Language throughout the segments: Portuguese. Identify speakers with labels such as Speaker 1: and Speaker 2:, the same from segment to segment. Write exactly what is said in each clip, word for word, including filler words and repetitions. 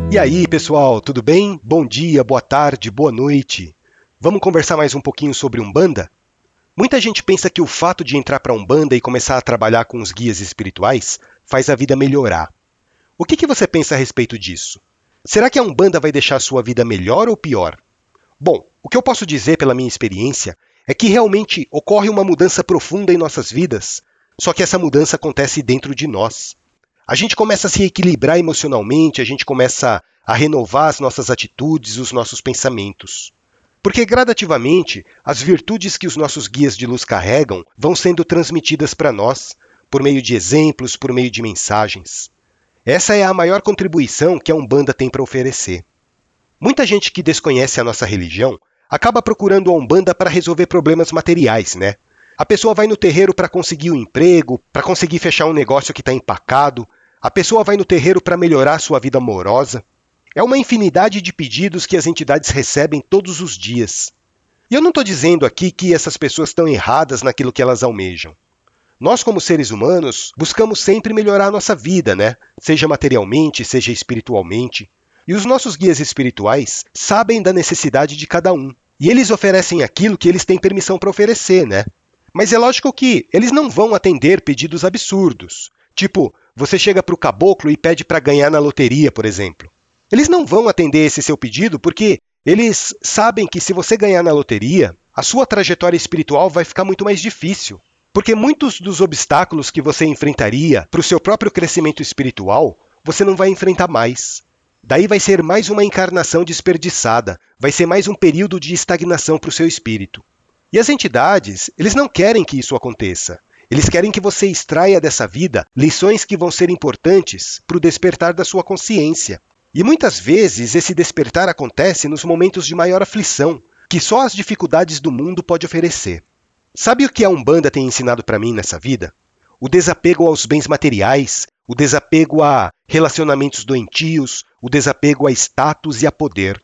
Speaker 1: E aí, pessoal, tudo bem? Bom dia, boa tarde, boa noite. Vamos conversar mais um pouquinho sobre Umbanda? Muita gente pensa que o fato de entrar para a Umbanda e começar a trabalhar com os guias espirituais faz a vida melhorar. O que, que você pensa a respeito disso? Será que a Umbanda vai deixar a sua vida melhor ou pior? Bom, o que eu posso dizer pela minha experiência é que realmente ocorre uma mudança profunda em nossas vidas, só que essa mudança acontece dentro de nós. A gente começa a se equilibrar emocionalmente, a gente começa a renovar as nossas atitudes, os nossos pensamentos. Porque gradativamente, as virtudes que os nossos guias de luz carregam vão sendo transmitidas para nós, por meio de exemplos, por meio de mensagens. Essa é a maior contribuição que a Umbanda tem para oferecer. Muita gente que desconhece a nossa religião acaba procurando a Umbanda para resolver problemas materiais, né? A pessoa vai no terreiro para conseguir um emprego, para conseguir fechar um negócio que está empacado. A pessoa vai no terreiro para melhorar sua vida amorosa. É uma infinidade de pedidos que as entidades recebem todos os dias. E eu não estou dizendo aqui que essas pessoas estão erradas naquilo que elas almejam. Nós, como seres humanos, buscamos sempre melhorar a nossa vida, né? Seja materialmente, seja espiritualmente. E os nossos guias espirituais sabem da necessidade de cada um. E eles oferecem aquilo que eles têm permissão para oferecer, né? Mas é lógico que eles não vão atender pedidos absurdos. Tipo, você chega para o caboclo e pede para ganhar na loteria, por exemplo. Eles não vão atender esse seu pedido porque eles sabem que se você ganhar na loteria, a sua trajetória espiritual vai ficar muito mais difícil. Porque muitos dos obstáculos que você enfrentaria para o seu próprio crescimento espiritual, você não vai enfrentar mais. Daí vai ser mais uma encarnação desperdiçada, vai ser mais um período de estagnação para o seu espírito. E as entidades, eles não querem que isso aconteça. Eles querem que você extraia dessa vida lições que vão ser importantes para o despertar da sua consciência. E muitas vezes esse despertar acontece nos momentos de maior aflição, que só as dificuldades do mundo pode oferecer. Sabe o que a Umbanda tem ensinado para mim nessa vida? O desapego aos bens materiais, o desapego a relacionamentos doentios, o desapego a status e a poder.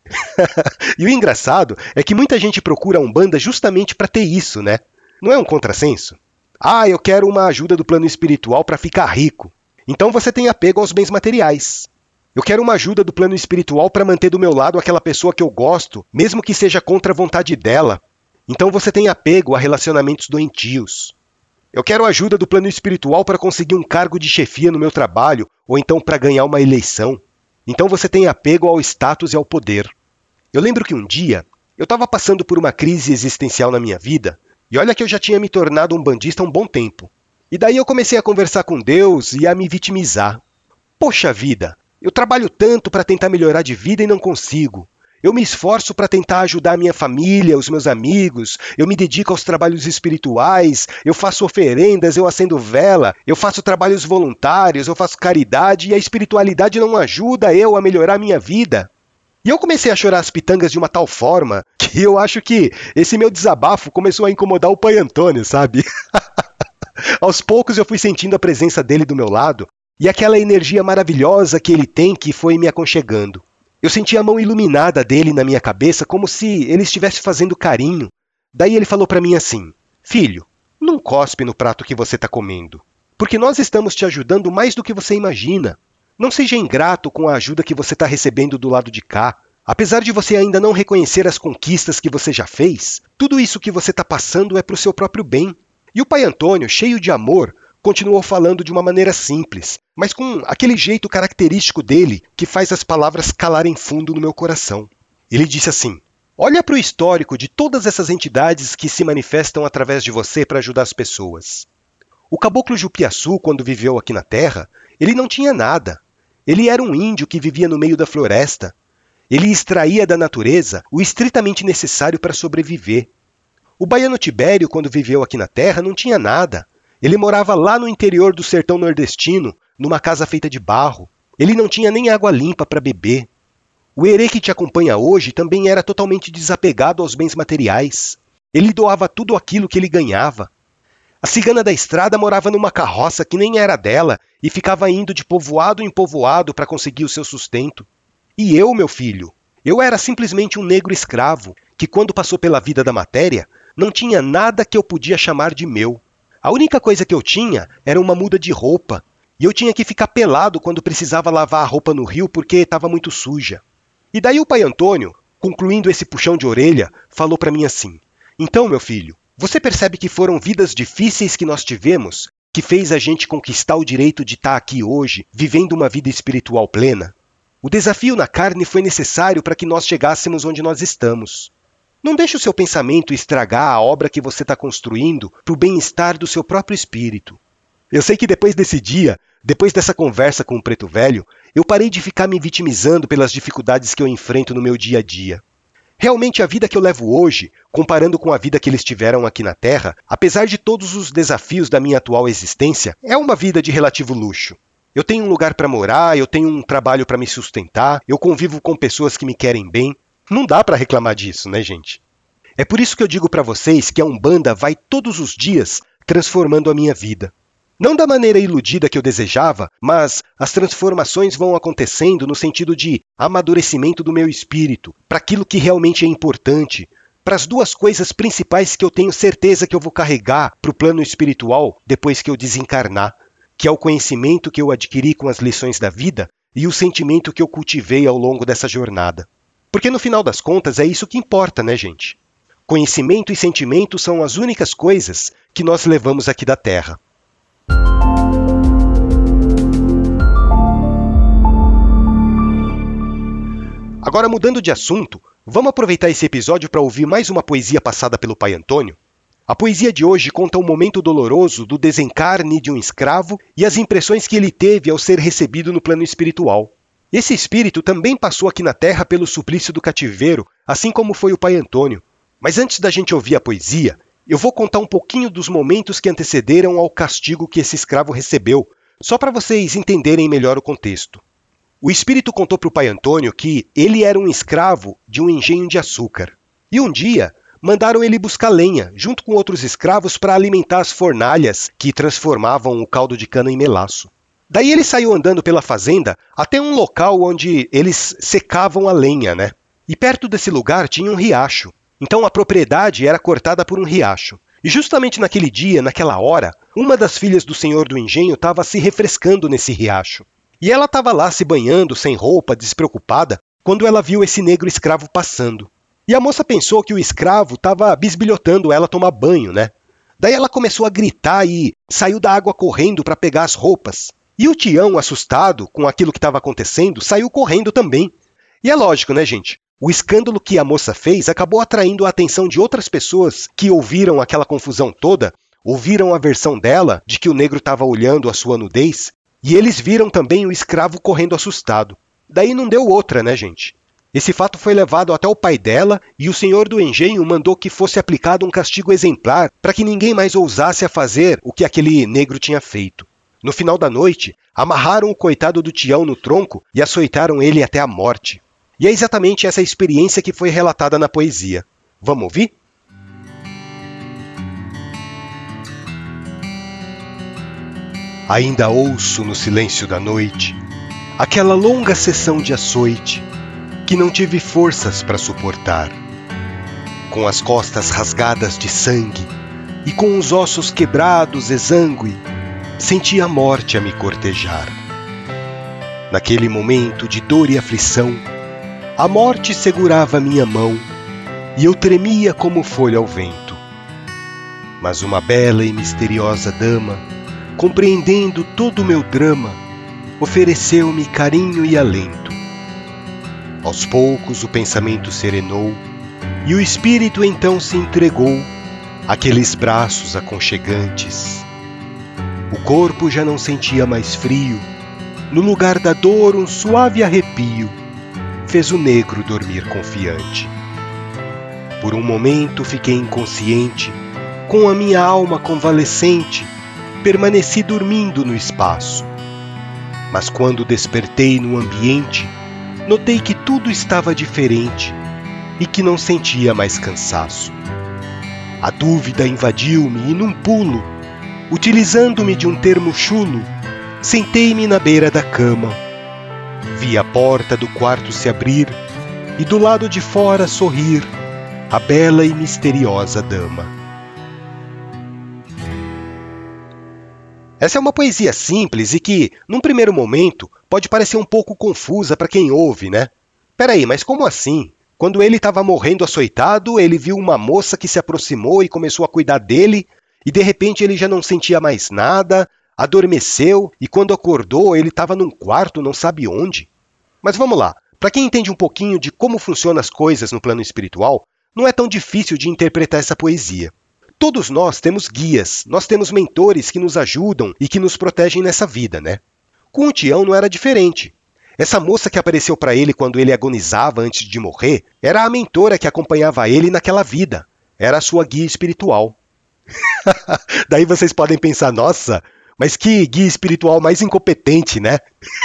Speaker 1: E o engraçado é que muita gente procura a Umbanda justamente para ter isso, né? Não é um contrassenso? Ah, eu quero uma ajuda do plano espiritual para ficar rico. Então você tem apego aos bens materiais. Eu quero uma ajuda do plano espiritual para manter do meu lado aquela pessoa que eu gosto, mesmo que seja contra a vontade dela. Então você tem apego a relacionamentos doentios. Eu quero ajuda do plano espiritual para conseguir um cargo de chefia no meu trabalho, ou então para ganhar uma eleição. Então você tem apego ao status e ao poder. Eu lembro que um dia, eu estava passando por uma crise existencial na minha vida, e olha que eu já tinha me tornado um bandista há um bom tempo. E daí eu comecei a conversar com Deus e a me vitimizar. Poxa vida, eu trabalho tanto para tentar melhorar de vida e não consigo. Eu me esforço para tentar ajudar a minha família, os meus amigos, eu me dedico aos trabalhos espirituais, eu faço oferendas, eu acendo vela, eu faço trabalhos voluntários, eu faço caridade e a espiritualidade não ajuda eu a melhorar a minha vida. E eu comecei a chorar as pitangas de uma tal forma que eu acho que esse meu desabafo começou a incomodar o Pai Antônio, sabe? Aos poucos eu fui sentindo a presença dele do meu lado e aquela energia maravilhosa que ele tem que foi me aconchegando. Eu senti a mão iluminada dele na minha cabeça como se ele estivesse fazendo carinho. Daí ele falou para mim assim: filho, não cospe no prato que você está comendo, porque nós estamos te ajudando mais do que você imagina. Não seja ingrato com a ajuda que você está recebendo do lado de cá. Apesar de você ainda não reconhecer as conquistas que você já fez, tudo isso que você está passando é para o seu próprio bem. E o Pai Antônio, cheio de amor, continuou falando de uma maneira simples, mas com aquele jeito característico dele que faz as palavras calarem fundo no meu coração. Ele disse assim: olha para o histórico de todas essas entidades que se manifestam através de você para ajudar as pessoas. O caboclo Jupiaçu, quando viveu aqui na Terra, ele não tinha nada. Ele era um índio que vivia no meio da floresta. Ele extraía da natureza o estritamente necessário para sobreviver. O baiano Tibério, quando viveu aqui na Terra, não tinha nada. Ele morava lá no interior do sertão nordestino, numa casa feita de barro. Ele não tinha nem água limpa para beber. O herê que te acompanha hoje também era totalmente desapegado aos bens materiais. Ele doava tudo aquilo que ele ganhava. A cigana da estrada morava numa carroça que nem era dela e ficava indo de povoado em povoado para conseguir o seu sustento. E eu, meu filho, eu era simplesmente um negro escravo que, quando passou pela vida da matéria, não tinha nada que eu podia chamar de meu. A única coisa que eu tinha era uma muda de roupa, e eu tinha que ficar pelado quando precisava lavar a roupa no rio porque estava muito suja. E daí o pai Antônio, concluindo esse puxão de orelha, falou para mim assim: então, meu filho, você percebe que foram vidas difíceis que nós tivemos, que fez a gente conquistar o direito de estar aqui hoje, vivendo uma vida espiritual plena? O desafio na carne foi necessário para que nós chegássemos onde nós estamos. Não deixe o seu pensamento estragar a obra que você está construindo para o bem-estar do seu próprio espírito. Eu sei que depois desse dia, depois dessa conversa com o Preto Velho, eu parei de ficar me vitimizando pelas dificuldades que eu enfrento no meu dia a dia. Realmente a vida que eu levo hoje, comparando com a vida que eles tiveram aqui na Terra, apesar de todos os desafios da minha atual existência, é uma vida de relativo luxo. Eu tenho um lugar para morar, eu tenho um trabalho para me sustentar, eu convivo com pessoas que me querem bem. Não dá para reclamar disso, né, gente? É por isso que eu digo para vocês que a Umbanda vai todos os dias transformando a minha vida. Não da maneira iludida que eu desejava, mas as transformações vão acontecendo no sentido de amadurecimento do meu espírito, para aquilo que realmente é importante, para as duas coisas principais que eu tenho certeza que eu vou carregar para o plano espiritual depois que eu desencarnar, que é o conhecimento que eu adquiri com as lições da vida e o sentimento que eu cultivei ao longo dessa jornada. Porque no final das contas é isso que importa, né, gente? Conhecimento e sentimento são as únicas coisas que nós levamos aqui da Terra. Agora, mudando de assunto, vamos aproveitar esse episódio para ouvir mais uma poesia passada pelo pai Antônio? A poesia de hoje conta um momento doloroso do desencarne de um escravo e as impressões que ele teve ao ser recebido no plano espiritual. Esse espírito também passou aqui na Terra pelo suplício do cativeiro, assim como foi o pai Antônio. Mas antes da gente ouvir a poesia, eu vou contar um pouquinho dos momentos que antecederam ao castigo que esse escravo recebeu, só para vocês entenderem melhor o contexto. O espírito contou para o pai Antônio que ele era um escravo de um engenho de açúcar. E um dia, mandaram ele buscar lenha, junto com outros escravos, para alimentar as fornalhas que transformavam o caldo de cana em melaço. Daí ele saiu andando pela fazenda até um local onde eles secavam a lenha, né? E perto desse lugar tinha um riacho. Então a propriedade era cortada por um riacho. E justamente naquele dia, naquela hora, uma das filhas do senhor do engenho estava se refrescando nesse riacho. E ela estava lá se banhando, sem roupa, despreocupada, quando ela viu esse negro escravo passando. E a moça pensou que o escravo estava bisbilhotando ela tomar banho, né? Daí ela começou a gritar e saiu da água correndo para pegar as roupas. E o Tião, assustado com aquilo que estava acontecendo, saiu correndo também. E é lógico, né, gente? O escândalo que a moça fez acabou atraindo a atenção de outras pessoas que ouviram aquela confusão toda, ouviram a versão dela de que o negro estava olhando a sua nudez, e eles viram também o escravo correndo assustado. Daí não deu outra, né, gente? Esse fato foi levado até o pai dela e o senhor do engenho mandou que fosse aplicado um castigo exemplar para que ninguém mais ousasse a fazer o que aquele negro tinha feito. No final da noite, amarraram o coitado do Tião no tronco e açoitaram ele até a morte. E é exatamente essa experiência que foi relatada na poesia. Vamos ouvir? Ainda ouço no silêncio da noite aquela longa sessão de açoite que não tive forças para suportar. Com as costas rasgadas de sangue e com os ossos quebrados exangue, senti a morte a me cortejar. Naquele momento de dor e aflição, a morte segurava minha mão e eu tremia como folha ao vento. Mas uma bela e misteriosa dama, compreendendo todo o meu drama, ofereceu-me carinho e alento. Aos poucos o pensamento serenou e o espírito então se entregou àqueles braços aconchegantes. O corpo já não sentia mais frio, no lugar da dor um suave arrepio fez o negro dormir confiante. Por um momento fiquei inconsciente, com a minha alma convalescente, permaneci dormindo no espaço. Mas quando despertei no ambiente, notei que tudo estava diferente e que não sentia mais cansaço. A dúvida invadiu-me e num pulo, utilizando-me de um termo chulo, sentei-me na beira da cama. Vi a porta do quarto se abrir e do lado de fora sorrir a bela e misteriosa dama. Essa é uma poesia simples e que, num primeiro momento, pode parecer um pouco confusa para quem ouve, né? Peraí, mas como assim? Quando ele estava morrendo açoitado, ele viu uma moça que se aproximou e começou a cuidar dele, e de repente ele já não sentia mais nada, adormeceu, e quando acordou ele estava num quarto, não sabe onde. Mas vamos lá, para quem entende um pouquinho de como funcionam as coisas no plano espiritual, não é tão difícil de interpretar essa poesia. Todos nós temos guias, nós temos mentores que nos ajudam e que nos protegem nessa vida, né? Com o Tião não era diferente. Essa moça que apareceu para ele quando ele agonizava antes de morrer era a mentora que acompanhava ele naquela vida. Era a sua guia espiritual. Daí vocês podem pensar, nossa, mas que guia espiritual mais incompetente, né?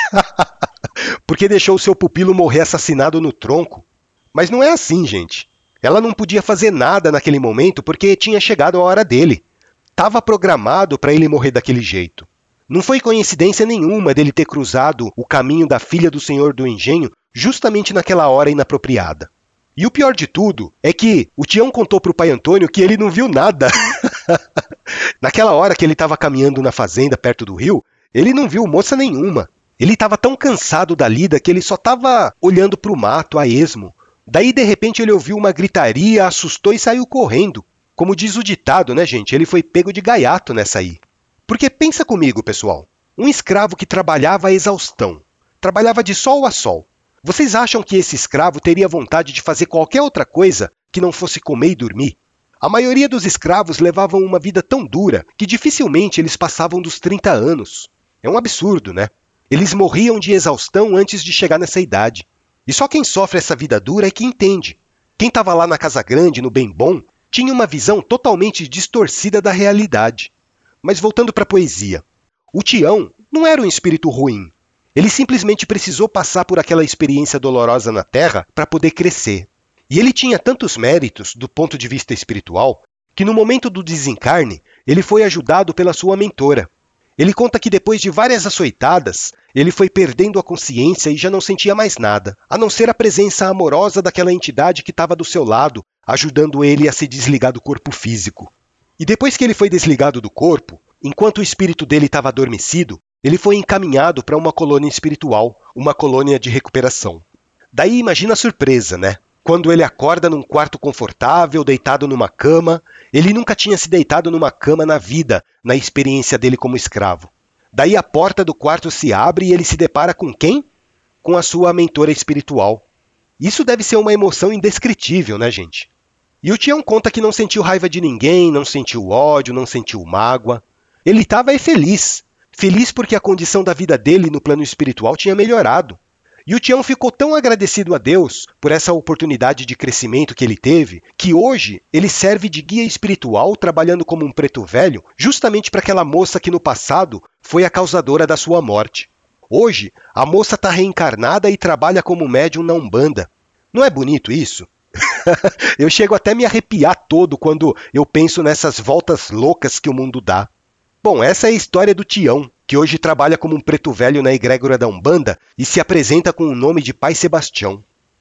Speaker 1: Porque deixou o seu pupilo morrer assassinado no tronco. Mas não é assim, gente. Ela não podia fazer nada naquele momento porque tinha chegado a hora dele. Estava programado para ele morrer daquele jeito. Não foi coincidência nenhuma dele ter cruzado o caminho da filha do senhor do engenho justamente naquela hora inapropriada. E o pior de tudo é que o Tião contou para o pai Antônio que ele não viu nada. Naquela hora que ele estava caminhando na fazenda perto do rio, ele não viu moça nenhuma. Ele estava tão cansado da lida que ele só estava olhando para o mato a esmo. Daí, de repente, ele ouviu uma gritaria, assustou e saiu correndo. Como diz o ditado, né, gente? Ele foi pego de gaiato nessa aí. Porque pensa comigo, pessoal. Um escravo que trabalhava a exaustão. Trabalhava de sol a sol. Vocês acham que esse escravo teria vontade de fazer qualquer outra coisa que não fosse comer e dormir? A maioria dos escravos levavam uma vida tão dura que dificilmente eles passavam dos trinta anos. É um absurdo, né? Eles morriam de exaustão antes de chegar nessa idade. E só quem sofre essa vida dura é que entende. Quem estava lá na Casa Grande, no Bem Bom, tinha uma visão totalmente distorcida da realidade. Mas voltando para a poesia, o Tião não era um espírito ruim. Ele simplesmente precisou passar por aquela experiência dolorosa na Terra para poder crescer. E ele tinha tantos méritos do ponto de vista espiritual que no momento do desencarne ele foi ajudado pela sua mentora. Ele conta que depois de várias açoitadas, ele foi perdendo a consciência e já não sentia mais nada, a não ser a presença amorosa daquela entidade que estava do seu lado, ajudando ele a se desligar do corpo físico. E depois que ele foi desligado do corpo, enquanto o espírito dele estava adormecido, ele foi encaminhado para uma colônia espiritual, uma colônia de recuperação. Daí imagina a surpresa, né? Quando ele acorda num quarto confortável, deitado numa cama, ele nunca tinha se deitado numa cama na vida, na experiência dele como escravo. Daí a porta do quarto se abre e ele se depara com quem? Com a sua mentora espiritual. Isso deve ser uma emoção indescritível, né, gente? E o Tião conta que não sentiu raiva de ninguém, não sentiu ódio, não sentiu mágoa. Ele estava feliz. Feliz porque a condição da vida dele no plano espiritual tinha melhorado. E o Tião ficou tão agradecido a Deus por essa oportunidade de crescimento que ele teve, que hoje ele serve de guia espiritual trabalhando como um preto velho, justamente para aquela moça que no passado foi a causadora da sua morte. Hoje, a moça está reencarnada e trabalha como médium na Umbanda. Não é bonito isso? Eu chego até a me arrepiar todo quando eu penso nessas voltas loucas que o mundo dá. Bom, essa é a história do Tião, que hoje trabalha como um preto velho na egrégora da Umbanda e se apresenta com o nome de Pai Sebastião.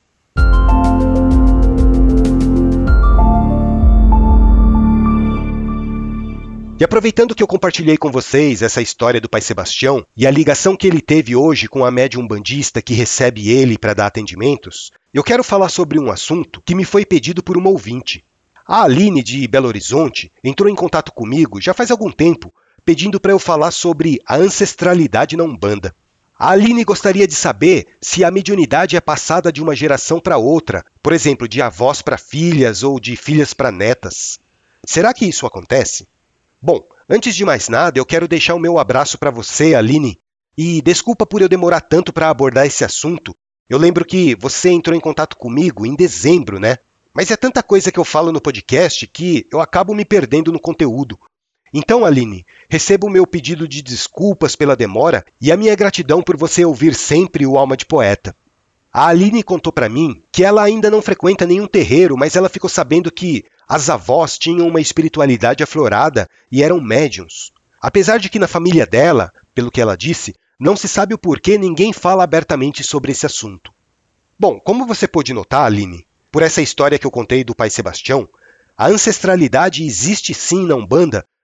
Speaker 1: E aproveitando que eu compartilhei com vocês essa história do Pai Sebastião e a ligação que ele teve hoje com a médium umbandista que recebe ele para dar atendimentos, eu quero falar sobre um assunto que me foi pedido por uma ouvinte. A Aline, de Belo Horizonte, entrou em contato comigo já faz algum tempo, pedindo para eu falar sobre a ancestralidade na Umbanda. A Aline gostaria de saber se a mediunidade é passada de uma geração para outra, por exemplo, de avós para filhas ou de filhas para netas. Será que isso acontece? Bom, antes de mais nada, eu quero deixar o meu abraço para você, Aline, e desculpa por eu demorar tanto para abordar esse assunto. Eu lembro que você entrou em contato comigo em dezembro, né? Mas é tanta coisa que eu falo no podcast que eu acabo me perdendo no conteúdo. Então, Aline, receba o meu pedido de desculpas pela demora e a minha gratidão por você ouvir sempre o Alma de Poeta. A Aline contou para mim que ela ainda não frequenta nenhum terreiro, mas ela ficou sabendo que as avós tinham uma espiritualidade aflorada e eram médiuns. Apesar de que na família dela, pelo que ela disse, não se sabe o porquê ninguém fala abertamente sobre esse assunto. Bom, como você pôde notar, Aline, por essa história que eu contei do Pai Sebastião, a ancestralidade existe sim na Umbanda,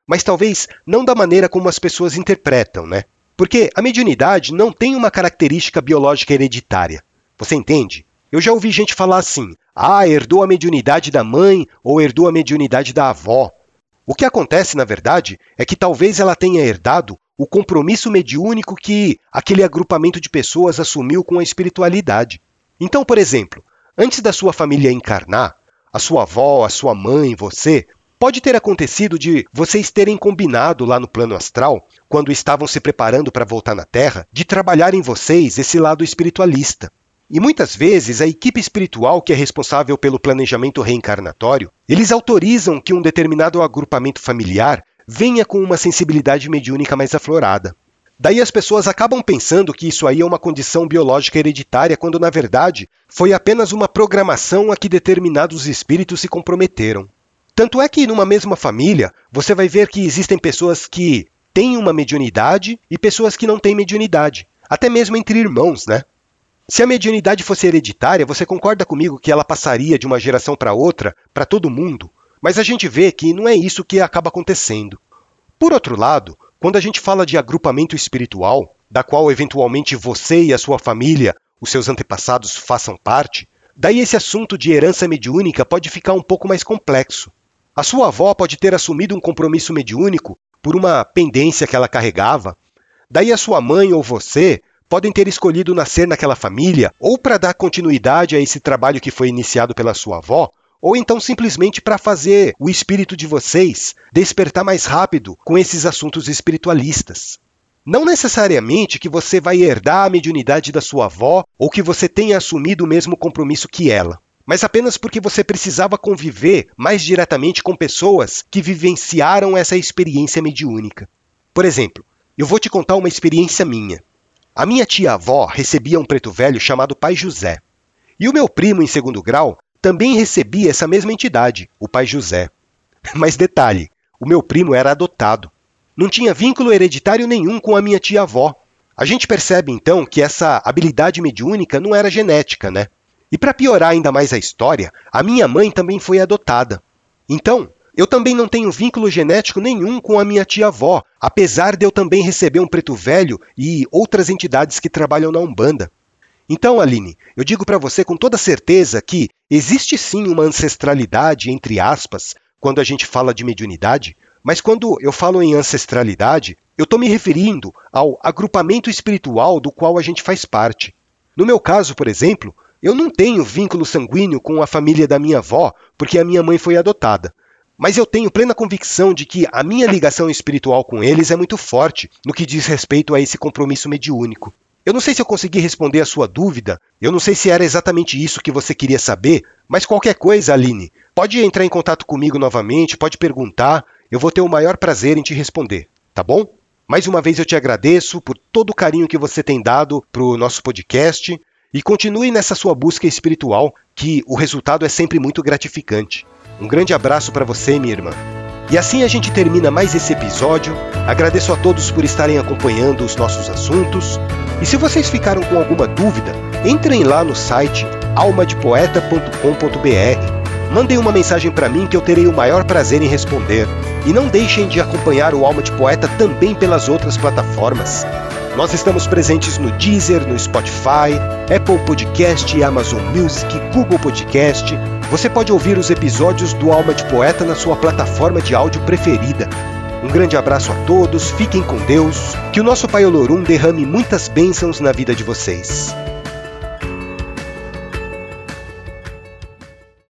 Speaker 1: mas talvez não da maneira como as pessoas interpretam, né? Porque a mediunidade não tem uma característica biológica hereditária. Você entende? Eu já ouvi gente falar assim, ah, herdou a mediunidade da mãe ou herdou a mediunidade da avó. O que acontece, na verdade, é que talvez ela tenha herdado o compromisso mediúnico que aquele agrupamento de pessoas assumiu com a espiritualidade. Então, por exemplo, antes da sua família encarnar, a sua avó, a sua mãe, você, pode ter acontecido de vocês terem combinado lá no plano astral, quando estavam se preparando para voltar na Terra, de trabalhar em vocês esse lado espiritualista. E muitas vezes a equipe espiritual que é responsável pelo planejamento reencarnatório, eles autorizam que um determinado agrupamento familiar venha com uma sensibilidade mediúnica mais aflorada. Daí as pessoas acabam pensando que isso aí é uma condição biológica hereditária, quando na verdade foi apenas uma programação a que determinados espíritos se comprometeram. Tanto é que numa mesma família, você vai ver que existem pessoas que têm uma mediunidade e pessoas que não têm mediunidade, até mesmo entre irmãos, né? Se a mediunidade fosse hereditária, você concorda comigo que ela passaria de uma geração para outra, para todo mundo? Mas a gente vê que não é isso que acaba acontecendo. Por outro lado, quando a gente fala de agrupamento espiritual, da qual eventualmente você e a sua família, os seus antepassados, façam parte, daí esse assunto de herança mediúnica pode ficar um pouco mais complexo. A sua avó pode ter assumido um compromisso mediúnico por uma pendência que ela carregava, daí a sua mãe ou você podem ter escolhido nascer naquela família ou para dar continuidade a esse trabalho que foi iniciado pela sua avó, ou então simplesmente para fazer o espírito de vocês despertar mais rápido com esses assuntos espiritualistas. Não necessariamente que você vai herdar a mediunidade da sua avó ou que você tenha assumido o mesmo compromisso que ela, mas apenas porque você precisava conviver mais diretamente com pessoas que vivenciaram essa experiência mediúnica. Por exemplo, eu vou te contar uma experiência minha. A minha tia-avó recebia um preto velho chamado Pai José. E o meu primo em segundo grau também recebia essa mesma entidade, o Pai José. Mas detalhe, o meu primo era adotado. Não tinha vínculo hereditário nenhum com a minha tia-avó. A gente percebe então que essa habilidade mediúnica não era genética, né? E para piorar ainda mais a história, a minha mãe também foi adotada. Então, eu também não tenho vínculo genético nenhum com a minha tia-avó, apesar de eu também receber um preto velho e outras entidades que trabalham na Umbanda. Então, Aline, eu digo para você com toda certeza que existe sim uma ancestralidade, entre aspas, quando a gente fala de mediunidade, mas quando eu falo em ancestralidade, eu estou me referindo ao agrupamento espiritual do qual a gente faz parte. No meu caso, por exemplo, eu não tenho vínculo sanguíneo com a família da minha avó, porque a minha mãe foi adotada. Mas eu tenho plena convicção de que a minha ligação espiritual com eles é muito forte no que diz respeito a esse compromisso mediúnico. Eu não sei se eu consegui responder a sua dúvida, eu não sei se era exatamente isso que você queria saber, mas qualquer coisa, Aline, pode entrar em contato comigo novamente, pode perguntar, eu vou ter o maior prazer em te responder, tá bom? Mais uma vez eu te agradeço por todo o carinho que você tem dado para o nosso podcast e continue nessa sua busca espiritual, que o resultado é sempre muito gratificante. Um grande abraço para você, minha irmã. E assim a gente termina mais esse episódio. Agradeço a todos por estarem acompanhando os nossos assuntos. E se vocês ficaram com alguma dúvida, entrem lá no site alma de poeta ponto com ponto b r. Mandem uma mensagem para mim que eu terei o maior prazer em responder. E não deixem de acompanhar o Alma de Poeta também pelas outras plataformas. Nós estamos presentes no Deezer, no Spotify, Apple Podcast, Amazon Music, Google Podcast. Você pode ouvir os episódios do Alma de Poeta na sua plataforma de áudio preferida. Um grande abraço a todos, fiquem com Deus, que o nosso Pai Olorum derrame muitas bênçãos na vida de vocês.